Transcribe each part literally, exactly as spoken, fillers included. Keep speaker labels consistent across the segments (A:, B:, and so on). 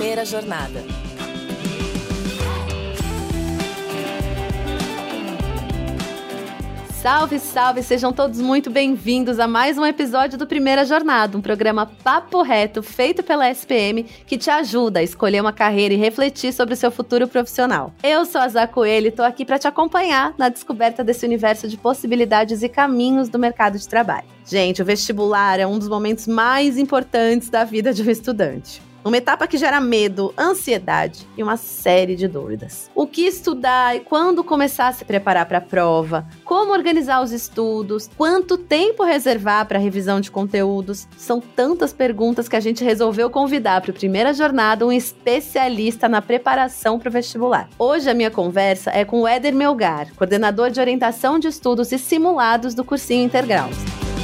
A: Primeira Jornada.
B: Salve, salve! Sejam todos muito bem-vindos a mais um episódio do Primeira Jornada, um programa papo reto feito pela S P M que te ajuda a escolher uma carreira e refletir sobre o seu futuro profissional. Eu sou a Zá Coelho e tô aqui para te acompanhar na descoberta desse universo de possibilidades e caminhos do mercado de trabalho. Gente, o vestibular é um dos momentos mais importantes da vida de um estudante. Uma etapa que gera medo, ansiedade e uma série de dúvidas. O que estudar e quando começar a se preparar para a prova? Como organizar os estudos? Quanto tempo reservar para revisão de conteúdos? São tantas perguntas que a gente resolveu convidar para a Primeira Jornada um especialista na preparação para o vestibular. Hoje a minha conversa é com o Éder Melgar, coordenador de orientação de estudos e simulados do cursinho Intergraus.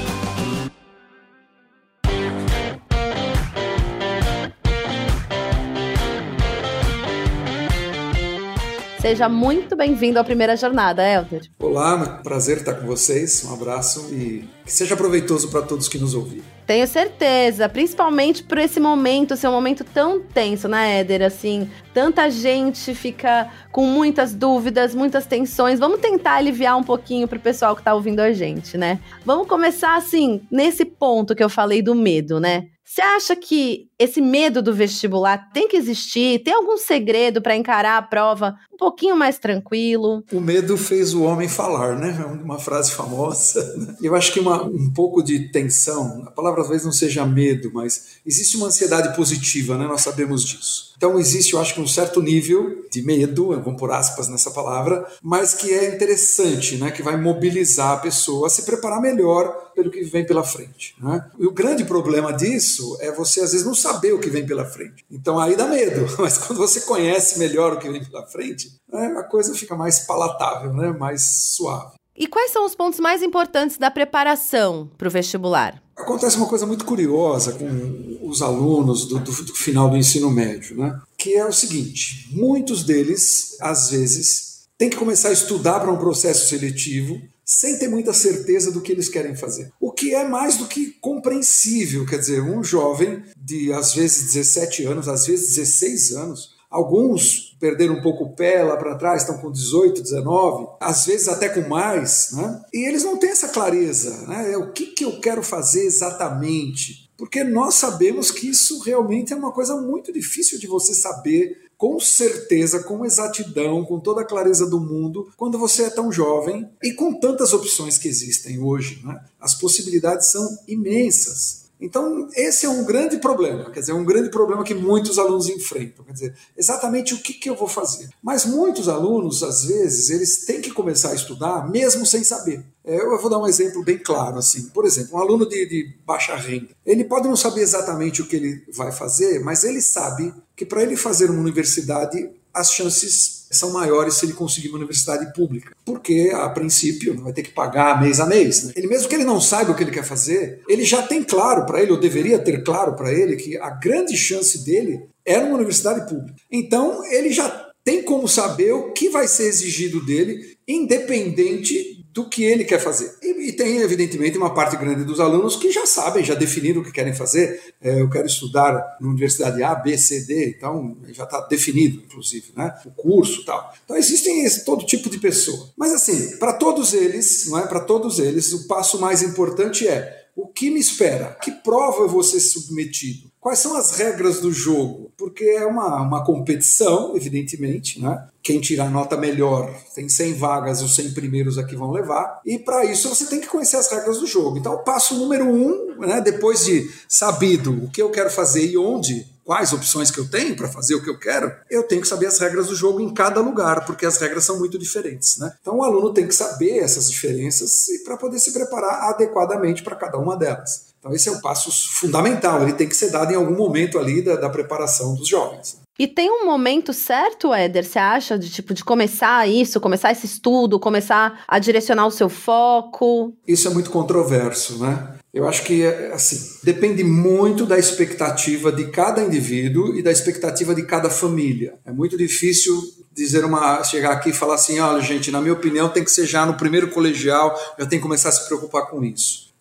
B: Seja muito bem-vindo à Primeira Jornada, Éder.
C: Olá, prazer estar com vocês, um abraço e que seja proveitoso para todos que nos ouviram.
B: Tenho certeza, principalmente por esse momento, ser um momento tão tenso, né, Éder? Assim, tanta gente fica com muitas dúvidas, muitas tensões. Vamos tentar aliviar um pouquinho pro pessoal que tá ouvindo a gente, né? Vamos começar, assim, nesse ponto que eu falei do medo, né? Você acha que esse medo do vestibular tem que existir? Tem algum segredo para encarar a prova um pouquinho mais tranquilo?
C: O medo fez o homem falar, né? É uma frase famosa. Eu acho que uma, um pouco de tensão, a palavra às vezes não seja medo, mas existe uma ansiedade positiva, né? Nós sabemos disso. Então existe, eu acho que um certo nível de medo, eu vou pôr aspas nessa palavra, mas que é interessante, né? Que vai mobilizar a pessoa a se preparar melhor pelo que vem pela frente, né? E o grande problema disso é você às vezes não saber o que vem pela frente. Então aí dá medo, mas quando você conhece melhor o que vem pela frente, né, a coisa fica mais palatável, né? Mais suave.
B: E quais são os pontos mais importantes da preparação para o vestibular?
C: Acontece uma coisa muito curiosa com os alunos do, do, do final do ensino médio, né? Que é o seguinte, muitos deles, às vezes, têm que começar a estudar para um processo seletivo sem ter muita certeza do que eles querem fazer. O que é mais do que compreensível, quer dizer, um jovem de, às vezes, dezessete anos, às vezes, dezesseis anos, alguns perderam um pouco o pé lá para trás, estão com dezoito, dezenove, às vezes até com mais, né? E eles não têm essa clareza, né? O que, que eu quero fazer exatamente? Porque nós sabemos que isso realmente é uma coisa muito difícil de você saber com certeza, com exatidão, com toda a clareza do mundo, quando você é tão jovem e com tantas opções que existem hoje, né? As possibilidades são imensas. Então, esse é um grande problema, quer dizer, um grande problema que muitos alunos enfrentam, quer dizer, exatamente o que, que eu vou fazer. Mas muitos alunos, às vezes, eles têm que começar a estudar mesmo sem saber. Eu vou dar um exemplo bem claro, assim, por exemplo, um aluno de, de baixa renda, ele pode não saber exatamente o que ele vai fazer, mas ele sabe que para ele fazer uma universidade, as chances são maiores se ele conseguir uma universidade pública, porque a princípio vai ter que pagar mês a mês, né? Ele mesmo que ele não saiba o que ele quer fazer, ele já tem claro para ele, ou deveria ter claro para ele, que a grande chance dele é numa universidade pública. Então ele já tem como saber o que vai ser exigido dele, independente do que ele quer fazer. E, e tem, evidentemente, uma parte grande dos alunos que já sabem, já definiram o que querem fazer. É, eu quero estudar na universidade A, B, C, D, então já está definido, inclusive, né? O curso e tal. Então existem esse, todo tipo de pessoa. Mas assim, para todos eles, não é? Para todos eles, o passo mais importante é: o que me espera? Que prova eu vou ser submetido? Quais são as regras do jogo? Porque é uma, uma competição, evidentemente, né? Quem tirar nota melhor tem cem vagas, os cem primeiros aqui vão levar. E para isso você tem que conhecer as regras do jogo. Então o passo número um, né? Depois de sabido o que eu quero fazer e onde, quais opções que eu tenho para fazer o que eu quero, eu tenho que saber as regras do jogo em cada lugar, porque as regras são muito diferentes, né? Então o aluno tem que saber essas diferenças para poder se preparar adequadamente para cada uma delas. Então esse é um passo fundamental, ele tem que ser dado em algum momento ali da, da preparação dos jovens.
B: E tem um momento certo, Éder, você acha, de tipo de começar isso, começar esse estudo, começar a direcionar o seu foco?
C: Isso é muito controverso, né? Eu acho que, assim, depende muito da expectativa de cada indivíduo e da expectativa de cada família. É muito difícil dizer uma, chegar aqui e falar assim, olha, gente, na minha opinião tem que ser já no primeiro colegial, já tem que começar a se preocupar com isso.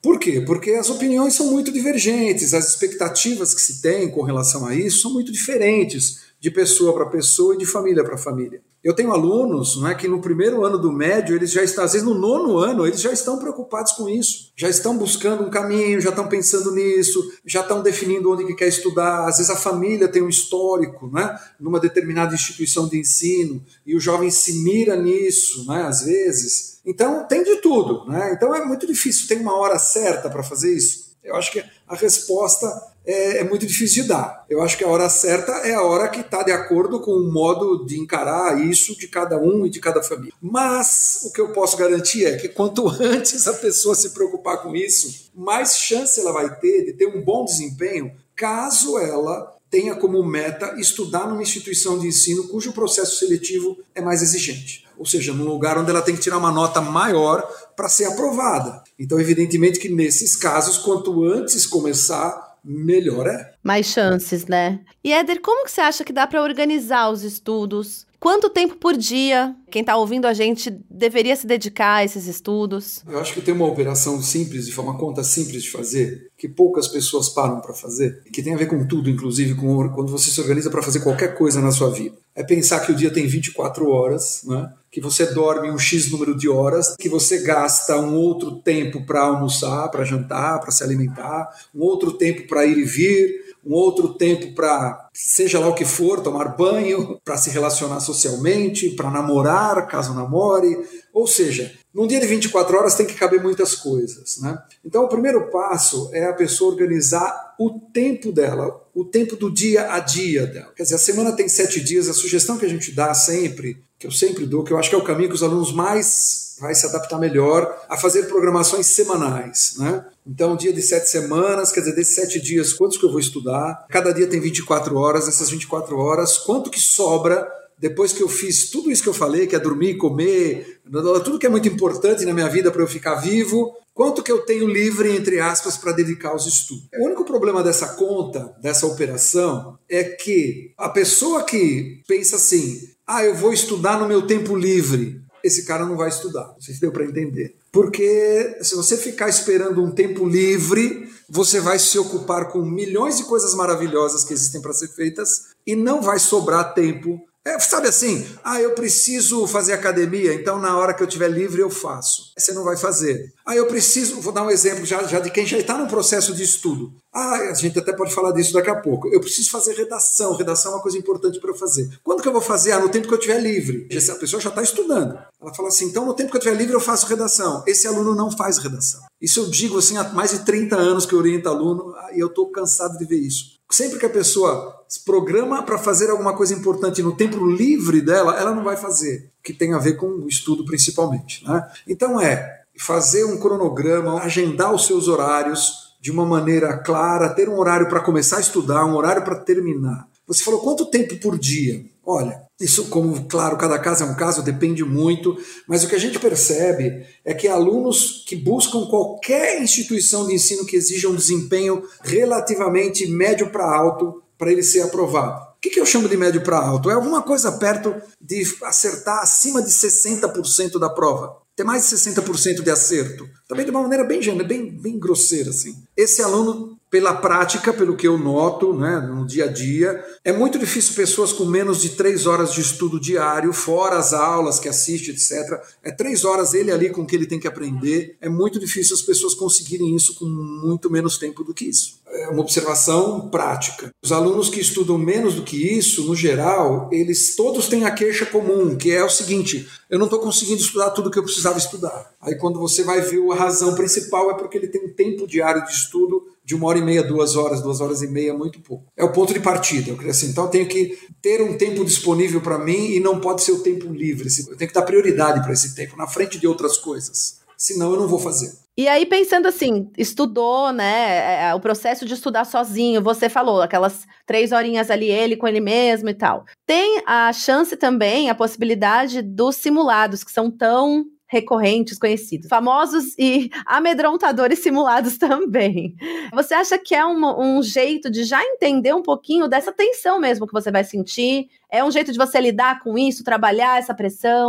C: Por quê? Porque as opiniões são muito divergentes, as expectativas que se tem com relação a isso são muito diferentes de pessoa para pessoa e de família para família. Eu tenho alunos, não é, que no primeiro ano do médio, eles já estão, às vezes no nono ano, eles já estão preocupados com isso, já estão buscando um caminho, já estão pensando nisso, já estão definindo onde que quer estudar. Às vezes a família tem um histórico, né, numa determinada instituição de ensino e o jovem se mira nisso, né, às vezes. Então tem de tudo, né? Então é muito difícil, tem uma hora certa para fazer isso. Eu acho que a resposta é, é muito difícil de dar. Eu acho que a hora certa é a hora que está de acordo com o modo de encarar isso de cada um e de cada família. Mas o que eu posso garantir é que quanto antes a pessoa se preocupar com isso, mais chance ela vai ter de ter um bom desempenho, caso ela tenha como meta estudar numa instituição de ensino cujo processo seletivo é mais exigente. Ou seja, num lugar onde ela tem que tirar uma nota maior para ser aprovada. Então, evidentemente que nesses casos, quanto antes começar, melhor é.
B: Mais chances, né? E Éder, como que você acha que dá para organizar os estudos? Quanto tempo por dia quem está ouvindo a gente deveria se dedicar a esses estudos?
C: Eu acho que tem uma operação simples, de uma conta simples de fazer, que poucas pessoas param para fazer, que tem a ver com tudo, inclusive com quando você se organiza para fazer qualquer coisa na sua vida. É pensar que o dia tem vinte e quatro horas, né? Que você dorme um X número de horas, que você gasta um outro tempo para almoçar, para jantar, para se alimentar, um outro tempo para ir e vir, um outro tempo para, seja lá o que for, tomar banho, para se relacionar socialmente, para namorar, caso namore. Ou seja, num dia de vinte e quatro horas tem que caber muitas coisas, né? Então o primeiro passo é a pessoa organizar o tempo dela, o tempo do dia a dia dela. Quer dizer, a semana tem sete dias, a sugestão que a gente dá sempre, que eu sempre dou, que eu acho que é o caminho que os alunos mais vai se adaptar melhor a fazer programações semanais, né? Então, um dia de sete semanas, quer dizer, desses sete dias, quantos que eu vou estudar? Cada dia tem vinte e quatro horas, nessas vinte e quatro horas, quanto que sobra depois que eu fiz tudo isso que eu falei, que é dormir, comer, tudo que é muito importante na minha vida para eu ficar vivo, quanto que eu tenho livre, entre aspas, para dedicar aos estudos? O único problema dessa conta, dessa operação, é que a pessoa que pensa assim, ah, eu vou estudar no meu tempo livre, esse cara não vai estudar. Não sei se deu para entender. Porque se você ficar esperando um tempo livre, você vai se ocupar com milhões de coisas maravilhosas que existem para ser feitas e não vai sobrar tempo. É, sabe assim, ah, eu preciso fazer academia, então na hora que eu tiver livre eu faço. Você não vai fazer. Ah, eu preciso, vou dar um exemplo já, já de quem já está no processo de estudo. Ah, a gente até pode falar disso daqui a pouco. Eu preciso fazer redação, redação é uma coisa importante para eu fazer. Quando que eu vou fazer? Ah, no tempo que eu tiver livre. A pessoa já está estudando. Ela fala assim, então no tempo que eu tiver livre eu faço redação. Esse aluno não faz redação. Isso eu digo assim há mais de trinta anos que eu oriento aluno e eu estou cansado de ver isso. Sempre que a pessoa se programa para fazer alguma coisa importante no tempo livre dela, ela não vai fazer, que tem a ver com o estudo principalmente, né? Então é fazer um cronograma, agendar os seus horários de uma maneira clara, ter um horário para começar a estudar, um horário para terminar. Você falou quanto tempo por dia? Olha, isso, como, claro, cada caso é um caso, depende muito, mas o que a gente percebe é que alunos que buscam qualquer instituição de ensino que exija um desempenho relativamente médio para alto para ele ser aprovado. O que, que eu chamo de médio para alto? É alguma coisa perto de acertar acima de sessenta por cento da prova. Ter mais de sessenta por cento de acerto. Também de uma maneira bem, bem, bem grosseira, assim. Esse aluno, pela prática, pelo que eu noto, né, no dia a dia, é muito difícil pessoas com menos de três horas de estudo diário, fora as aulas que assiste, etcétera. É três horas ele ali com o que ele tem que aprender. É muito difícil as pessoas conseguirem isso com muito menos tempo do que isso. É uma observação prática. Os alunos que estudam menos do que isso, no geral, eles todos têm a queixa comum, que é o seguinte, eu não estou conseguindo estudar tudo que eu precisava estudar. Aí quando você vai ver a razão principal é porque ele tem um tempo diário de estudo de uma hora e meia, duas horas, duas horas e meia, muito pouco. É o ponto de partida. Eu queria assim, então eu tenho que ter um tempo disponível para mim e não pode ser o tempo livre. Eu tenho que dar prioridade para esse tempo, na frente de outras coisas. Senão eu não vou fazer.
B: E aí, pensando assim, estudou, né, o processo de estudar sozinho, você falou, aquelas três horinhas ali, ele com ele mesmo e tal. Tem a chance também, a possibilidade dos simulados, que são tão recorrentes, conhecidos, famosos e amedrontadores simulados também. Você acha que é um, um jeito de já entender um pouquinho dessa tensão mesmo que você vai sentir? É um jeito de você lidar com isso, trabalhar essa pressão?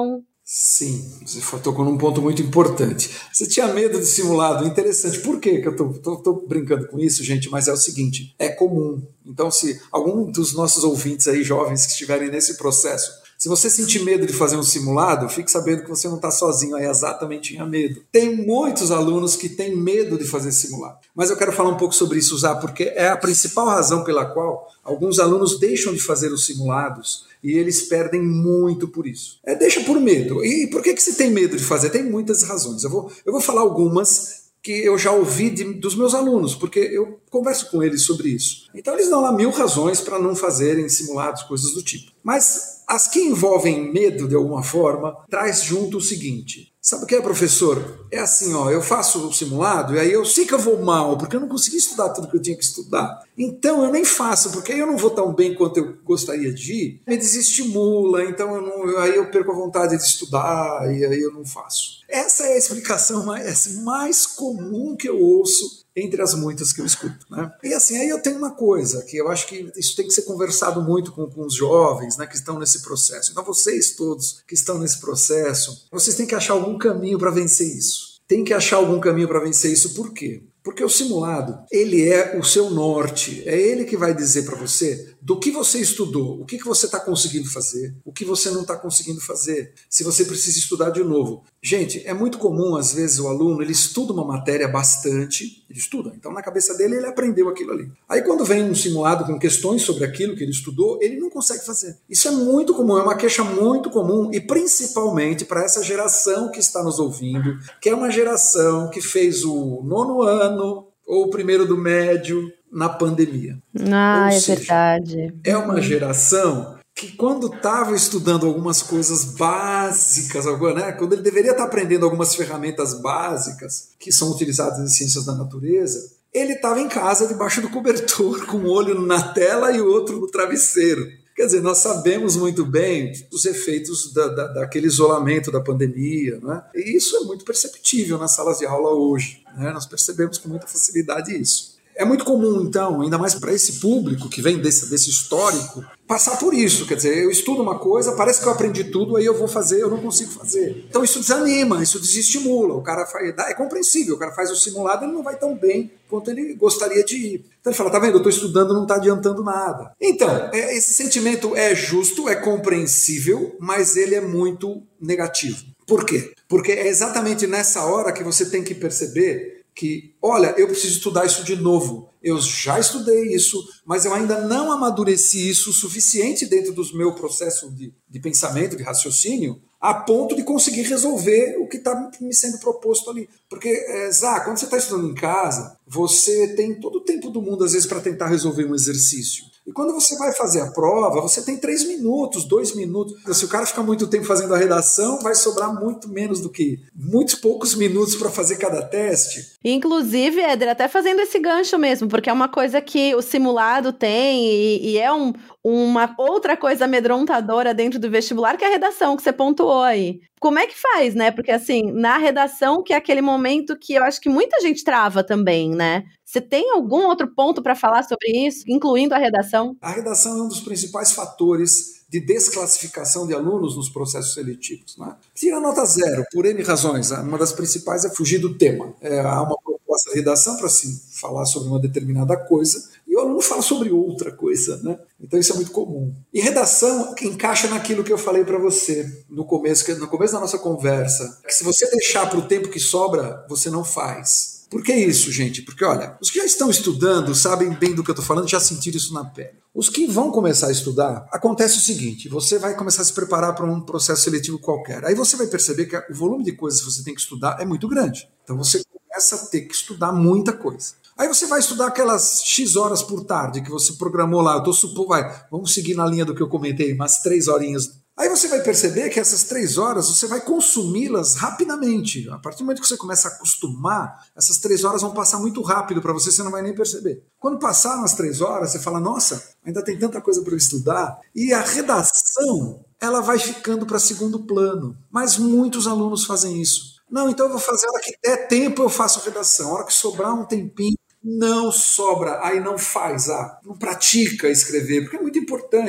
C: Sim, você tocou num ponto muito importante. Você tinha medo de simulado, interessante. Por quê que eu tô, tô, tô brincando com isso, gente? Mas é o seguinte, é comum. Então, se algum dos nossos ouvintes aí, jovens, que estiverem nesse processo, se você sentir medo de fazer um simulado, fique sabendo que você não está sozinho aí, exatamente tinha medo. Tem muitos alunos que têm medo de fazer simulado. Mas eu quero falar um pouco sobre isso, Zá, porque é a principal razão pela qual alguns alunos deixam de fazer os simulados e eles perdem muito por isso. É, deixa por medo. E por que, que você tem medo de fazer? Tem muitas razões. Eu vou, eu vou falar algumas que eu já ouvi de, dos meus alunos, porque eu converso com eles sobre isso. Então eles dão lá mil razões para não fazerem simulados, coisas do tipo. Mas as que envolvem medo de alguma forma, traz junto o seguinte. Sabe o que é, professor? É assim, ó, eu faço o simulado e aí eu sei que eu vou mal, porque eu não consegui estudar tudo que eu tinha que estudar. Então eu nem faço, porque aí eu não vou tão bem quanto eu gostaria de ir. Me desestimula, então eu não, aí eu perco a vontade de estudar e aí eu não faço. Essa é a explicação mais, mais comum que eu ouço entre as muitas que eu escuto, né? E assim, aí eu tenho uma coisa, que eu acho que isso tem que ser conversado muito com, com os jovens, né, que estão nesse processo. Então vocês todos que estão nesse processo, vocês têm que achar algum caminho para vencer isso. Tem que achar algum caminho para vencer isso, por quê? Porque o simulado, ele é o seu norte, é ele que vai dizer para você do que você estudou, o que, que você está conseguindo fazer, o que você não está conseguindo fazer, se você precisa estudar de novo. Gente, é muito comum, às vezes, o aluno, ele estuda uma matéria bastante, ele estuda, então na cabeça dele ele aprendeu aquilo ali. Aí quando vem um simulado com questões sobre aquilo que ele estudou, ele não consegue fazer. Isso é muito comum, é uma queixa muito comum, e principalmente para essa geração que está nos ouvindo, que é uma geração que fez o nono ano, ou o primeiro do médio na pandemia.
B: Ah,
C: Ou
B: é
C: seja,
B: verdade.
C: É uma geração que quando estava estudando algumas coisas básicas, né, quando ele deveria estar aprendendo algumas ferramentas básicas que são utilizadas em ciências da natureza, ele estava em casa debaixo do cobertor, com um olho na tela e o outro no travesseiro. Quer dizer, nós sabemos muito bem os efeitos da, da, daquele isolamento da pandemia, né? E isso é muito perceptível nas salas de aula hoje, né? Nós percebemos com muita facilidade isso. É muito comum, então, ainda mais para esse público que vem desse, desse histórico, passar por isso. Quer dizer, eu estudo uma coisa, parece que eu aprendi tudo, aí eu vou fazer, eu não consigo fazer. Então isso desanima, isso desestimula. O cara faz, é compreensível, o cara faz o simulado, ele não vai tão bem quanto ele gostaria de ir. Então ele fala, tá vendo, eu estou estudando, não está adiantando nada. Então, é, esse sentimento é justo, é compreensível, mas ele é muito negativo. Por quê? Porque é exatamente nessa hora que você tem que perceber que, olha, eu preciso estudar isso de novo. Eu já estudei isso, mas eu ainda não amadureci isso o suficiente dentro do meu processo de, de pensamento, de raciocínio, a ponto de conseguir resolver o que está me sendo proposto ali. Porque, é, Zá, quando você está estudando em casa, você tem todo o tempo do mundo, às vezes, para tentar resolver um exercício. E quando você vai fazer a prova, você tem três minutos, dois minutos. Se o cara ficar muito tempo fazendo a redação, vai sobrar muito menos do que muitos poucos minutos para fazer cada teste.
B: Inclusive, Éder, até fazendo esse gancho mesmo, porque é uma coisa que o simulado tem e, e é um, uma outra coisa amedrontadora dentro do vestibular, que é a redação, que você pontuou aí. Como é que faz, né? Porque, assim, na redação, que é aquele momento que eu acho que muita gente trava também, né? Você tem algum outro ponto para falar sobre isso, incluindo a redação?
C: A redação é um dos principais fatores de desclassificação de alunos nos processos seletivos, né? Tira nota zero, por N razões. Uma das principais é fugir do tema. É, há uma proposta de redação para se falar sobre uma determinada coisa e o aluno fala sobre outra coisa, né? Então isso é muito comum. E redação encaixa naquilo que eu falei para você no começo, no começo da nossa conversa, que se você deixar para o tempo que sobra, você não faz. Por que isso, gente? Porque, olha, os que já estão estudando sabem bem do que eu estou falando, já sentiram isso na pele. Os que vão começar a estudar, acontece o seguinte, você vai começar a se preparar para um processo seletivo qualquer. Aí você vai perceber que o volume de coisas que você tem que estudar é muito grande. Então você começa a ter que estudar muita coisa. Aí você vai estudar aquelas X horas por tarde que você programou lá. Eu tô supondo, vai, vamos seguir na linha do que eu comentei, umas três horinhas. Aí você vai perceber que essas três horas você vai consumi-las rapidamente. A partir do momento que você começa a acostumar, essas três horas vão passar muito rápido para você, você não vai nem perceber. Quando passaram as três horas, você fala, nossa, ainda tem tanta coisa para eu estudar. E a redação, ela vai ficando para segundo plano. Mas muitos alunos fazem isso. Não, então eu vou fazer, a hora que der tempo eu faço redação. A hora que sobrar um tempinho, não sobra, aí não faz, ah, não pratica escrever, porque é muito importante.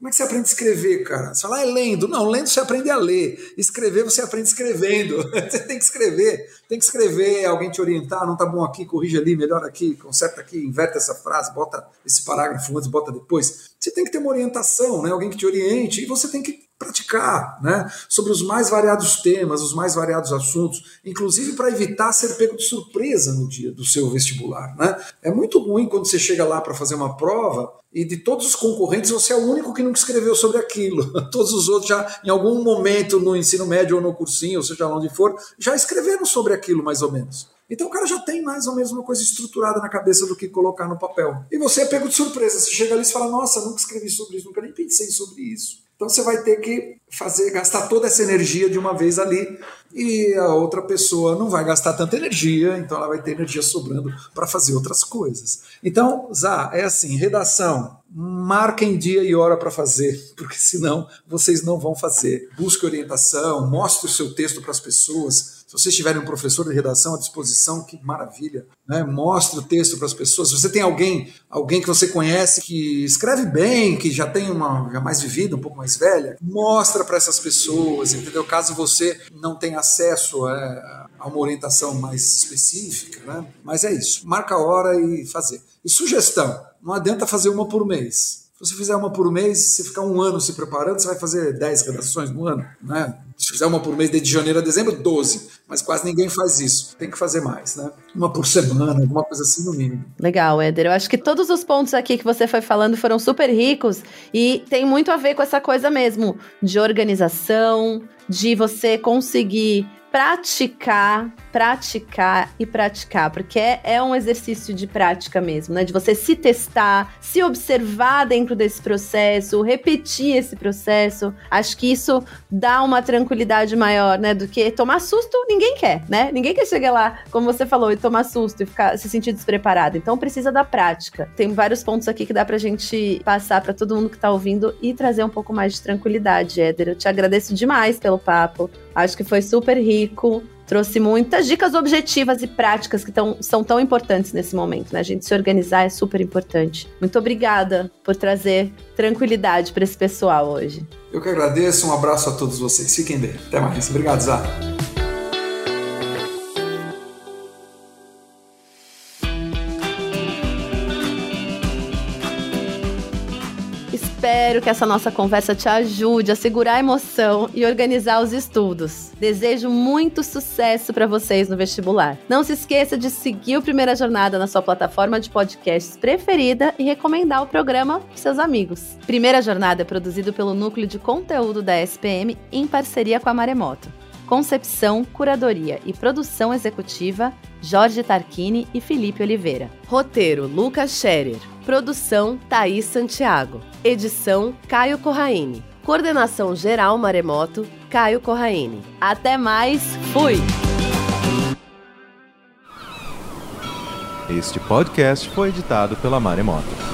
C: Como é que você aprende a escrever, cara? Você fala, ah, é lendo. Não, lendo você aprende a ler. Escrever você aprende escrevendo. Você tem que escrever. Tem que escrever, alguém te orientar, não tá bom aqui, corrige ali, melhor aqui, conserta aqui, inverte essa frase, bota esse parágrafo antes, bota depois. Você tem que ter uma orientação, né? Alguém que te oriente, e você tem que praticar, né? Sobre os mais variados temas, os mais variados assuntos, inclusive para evitar ser pego de surpresa no dia do seu vestibular, né? É muito ruim quando você chega lá para fazer uma prova e de todos os concorrentes você é o único que nunca escreveu sobre aquilo. Todos os outros já, em algum momento no ensino médio ou no cursinho, ou seja lá onde for, já escreveram sobre aquilo mais ou menos. Então o cara já tem mais ou menos uma coisa estruturada na cabeça do que colocar no papel. E você é pego de surpresa, você chega ali e fala, nossa, nunca escrevi sobre isso, nunca nem pensei sobre isso. Então você vai ter que fazer, gastar toda essa energia de uma vez ali, e a outra pessoa não vai gastar tanta energia, então ela vai ter energia sobrando para fazer outras coisas. Então, Zá, é assim, redação, marquem dia e hora para fazer, porque senão vocês não vão fazer. Busque orientação, mostre o seu texto para as pessoas. Se vocês tiverem um professor de redação à disposição, que maravilha, né? Mostre o texto para as pessoas. Se você tem alguém, alguém que você conhece que escreve bem, que já tem uma já mais vivida, um pouco mais velha, mostra para essas pessoas, entendeu? Caso você não tenha acesso a, a uma orientação mais específica, né? Mas é isso, marca a hora e fazer. E sugestão, não adianta fazer uma por mês. Se você fizer uma por mês, se ficar um ano se preparando, você vai fazer dez redações no ano, né? Se fizer uma por mês, desde janeiro a dezembro, doze. Mas quase ninguém faz isso. Tem que fazer mais, né? Uma por semana, alguma coisa assim no mínimo.
B: Legal, Éder. Eu acho que todos os pontos aqui que você foi falando foram super ricos e tem muito a ver com essa coisa mesmo de organização, de você conseguir praticar, praticar e praticar, porque é, é um exercício de prática mesmo, né? De você se testar, se observar dentro desse processo, repetir esse processo. Acho que isso dá uma tranquilidade maior, né? Do que tomar susto, ninguém quer, né? Ninguém quer chegar lá, como você falou, e tomar susto e ficar, se sentir despreparado. Então precisa da prática. Tem vários pontos aqui que dá pra gente passar pra todo mundo que tá ouvindo e trazer um pouco mais de tranquilidade, Éder. Eu te agradeço demais pelo papo. Acho que foi super rico, trouxe muitas dicas objetivas e práticas que tão, são tão importantes nesse momento, né? A gente se organizar é super importante. Muito obrigada por trazer tranquilidade para esse pessoal hoje.
C: Eu que agradeço, um abraço a todos vocês. Fiquem bem. Até mais. Obrigado, Zá.
B: Espero que essa nossa conversa te ajude a segurar a emoção e organizar os estudos. Desejo muito sucesso para vocês no vestibular. Não se esqueça de seguir o Primeira Jornada na sua plataforma de podcasts preferida e recomendar o programa para seus amigos. Primeira Jornada é produzido pelo Núcleo de Conteúdo da S P M em parceria com a Maremoto. Concepção, curadoria e produção executiva, Jorge Tarquini e Felipe Oliveira. Roteiro, Lucas Scherer. Produção, Thaís Santiago. Edição, Caio Corraine. Coordenação geral Maremoto, Caio Corraine. Até mais, fui!
A: Este podcast foi editado pela Maremoto.